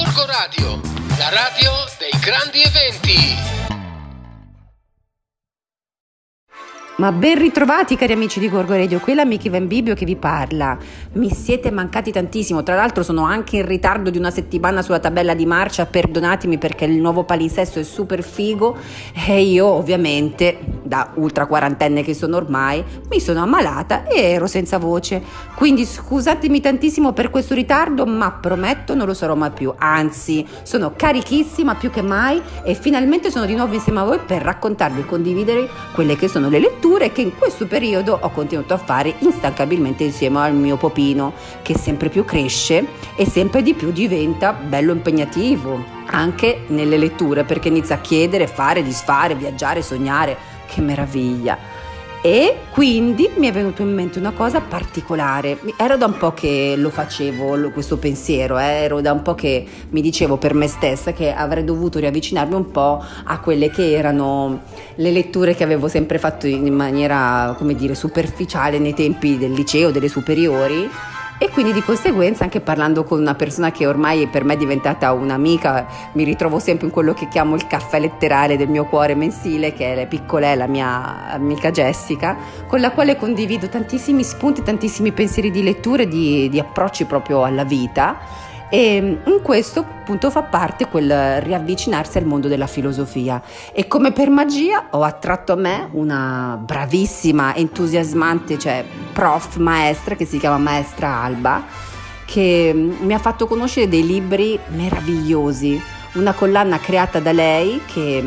Gorgo Radio, la radio dei grandi eventi. Ma ben ritrovati cari amici di Gorgo Radio, qui è l'amica Van Bibbio che vi parla. Mi siete mancati tantissimo, tra l'altro sono anche in ritardo di una settimana sulla tabella di marcia, perdonatemi perché il nuovo palinsesto è super figo e io ovviamente da ultra quarantenne che sono ormai mi sono ammalata e ero senza voce, quindi scusatemi tantissimo per questo ritardo, ma prometto non lo sarò mai più, anzi sono carichissima più che mai e finalmente sono di nuovo insieme a voi per raccontarvi e condividere quelle che sono le letture che in questo periodo ho continuato a fare instancabilmente insieme al mio popino, che sempre più cresce e sempre di più diventa bello impegnativo anche nelle letture, perché inizia a chiedere, fare, disfare, viaggiare, sognare. Che meraviglia! E quindi mi è venuto in mente una cosa particolare. Era da un po' che lo facevo, questo pensiero, ero da un po' che mi dicevo per me stessa che avrei dovuto riavvicinarmi un po' a quelle che erano le letture che avevo sempre fatto in maniera, come dire, superficiale nei tempi del liceo, delle superiori. E quindi di conseguenza, anche parlando con una persona che ormai per me è diventata un'amica, mi ritrovo sempre in quello che chiamo il caffè letterale del mio cuore mensile, che è la piccola, la mia amica Jessica, con la quale condivido tantissimi spunti, tantissimi pensieri di letture, di approcci proprio alla vita. E in questo appunto fa parte quel riavvicinarsi al mondo della filosofia e come per magia ho attratto a me una bravissima, entusiasmante, cioè maestra che si chiama Maestra Alba, che mi ha fatto conoscere dei libri meravigliosi, una collana creata da lei che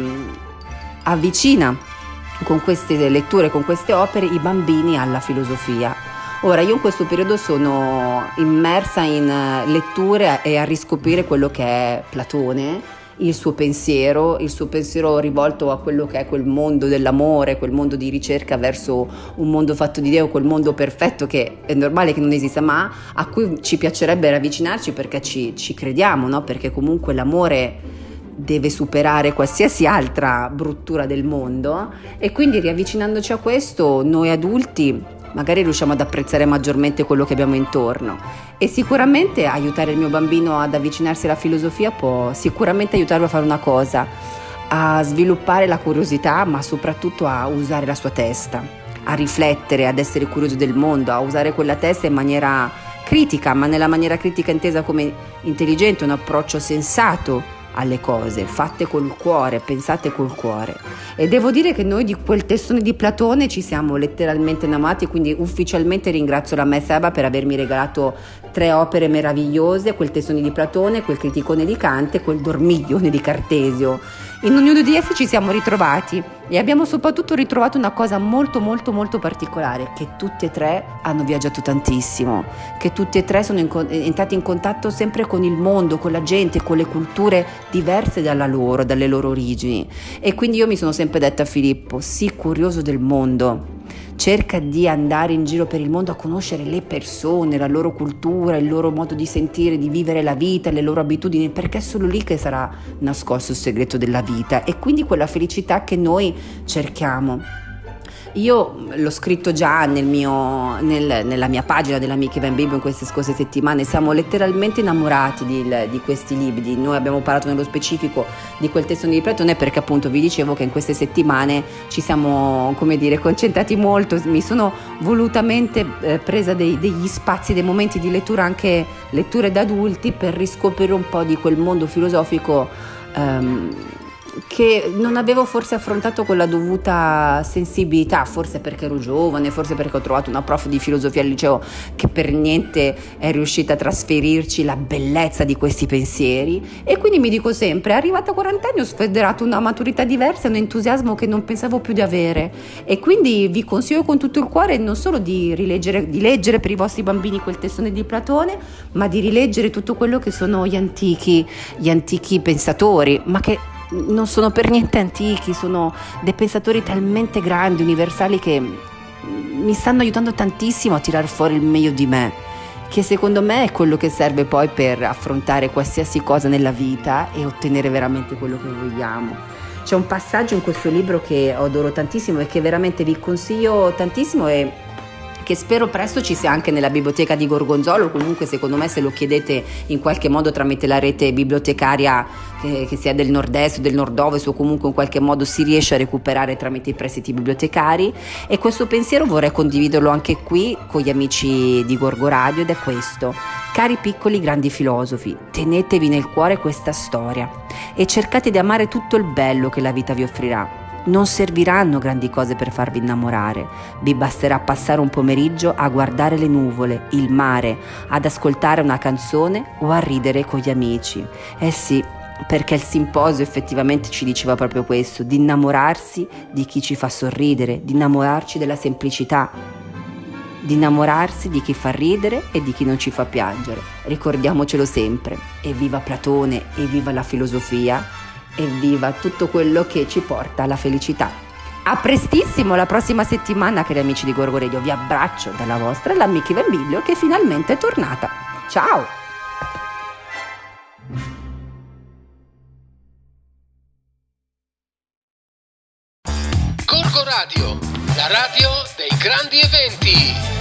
avvicina con queste letture, con queste opere i bambini alla filosofia. Ora, io in questo periodo sono immersa in letture e a riscoprire quello che è Platone, il suo pensiero rivolto a quello che è quel mondo dell'amore, quel mondo di ricerca verso un mondo fatto di Dio, quel mondo perfetto che è normale che non esista, ma a cui ci piacerebbe ravvicinarci perché ci crediamo, no? Perché comunque l'amore deve superare qualsiasi altra bruttura del mondo e quindi riavvicinandoci a questo noi adulti magari riusciamo ad apprezzare maggiormente quello che abbiamo intorno e sicuramente aiutare il mio bambino ad avvicinarsi alla filosofia può sicuramente aiutarlo a fare una cosa, a sviluppare la curiosità, ma soprattutto a usare la sua testa, a riflettere, ad essere curioso del mondo, a usare quella testa in maniera critica, ma nella maniera critica intesa come intelligente, un approccio sensato alle cose, fatte col cuore, pensate col cuore. E devo dire che noi di quel testone di Platone ci siamo letteralmente innamorati, quindi ufficialmente ringrazio la Maestra Alba per avermi regalato 3 opere meravigliose, quel testone di Platone, quel criticone di Kant e quel dormiglione di Cartesio. In ognuno di essi ci siamo ritrovati e abbiamo soprattutto ritrovato una cosa molto molto molto particolare, che tutti e 3 hanno viaggiato tantissimo, che tutti e 3 sono entrati in contatto sempre con il mondo, con la gente, con le culture diverse dalle loro origini. E quindi io mi sono sempre detta a Filippo, sii curioso del mondo, cerca di andare in giro per il mondo a conoscere le persone, la loro cultura, il loro modo di sentire, di vivere la vita, le loro abitudini, perché è solo lì che sarà nascosto il segreto della vita e quindi quella felicità che noi cerchiamo. Io l'ho scritto già nella mia pagina dell'Amica Van Bibbio in queste scorse settimane, siamo letteralmente innamorati di questi libri. Noi abbiamo parlato nello specifico di quel testone di Platone perché appunto vi dicevo che in queste settimane ci siamo, come dire, concentrati molto, mi sono volutamente presa degli spazi, dei momenti di lettura, anche letture da adulti, per riscoprire un po' di quel mondo filosofico che non avevo forse affrontato con la dovuta sensibilità, forse perché ero giovane, forse perché ho trovato una prof di filosofia al liceo che per niente è riuscita a trasferirci la bellezza di questi pensieri e quindi mi dico sempre, arrivata a 40 anni ho sfederato una maturità diversa, un entusiasmo che non pensavo più di avere e quindi vi consiglio con tutto il cuore non solo di leggere per i vostri bambini quel testone di Platone, ma di rileggere tutto quello che sono gli antichi pensatori, ma che non sono per niente antichi, sono dei pensatori talmente grandi, universali, che mi stanno aiutando tantissimo a tirare fuori il meglio di me, che secondo me è quello che serve poi per affrontare qualsiasi cosa nella vita e ottenere veramente quello che vogliamo. C'è un passaggio in questo libro che adoro tantissimo e che veramente vi consiglio tantissimo e che spero presto ci sia anche nella biblioteca di Gorgonzola, o comunque secondo me se lo chiedete in qualche modo tramite la rete bibliotecaria che sia del nord-est o del nord-ovest, o comunque in qualche modo si riesce a recuperare tramite i prestiti bibliotecari. E questo pensiero vorrei condividerlo anche qui con gli amici di Gorgo Radio, ed è questo: cari piccoli grandi filosofi, tenetevi nel cuore questa storia e cercate di amare tutto il bello che la vita vi offrirà. Non serviranno grandi cose per farvi innamorare, vi basterà passare un pomeriggio a guardare le nuvole, il mare, ad ascoltare una canzone o a ridere con gli amici. Eh sì, perché il simposio effettivamente ci diceva proprio questo, di innamorarsi di chi ci fa sorridere, di innamorarci della semplicità, di innamorarsi di chi fa ridere e di chi non ci fa piangere. Ricordiamocelo sempre. Evviva Platone, evviva la filosofia, evviva tutto quello che ci porta alla felicità. A prestissimo, la prossima settimana, cari amici di Gorgo Radio. Vi abbraccio dalla vostra, la Miki Venbiglio, che finalmente è tornata. Ciao! Gorgo Radio, la radio dei grandi eventi.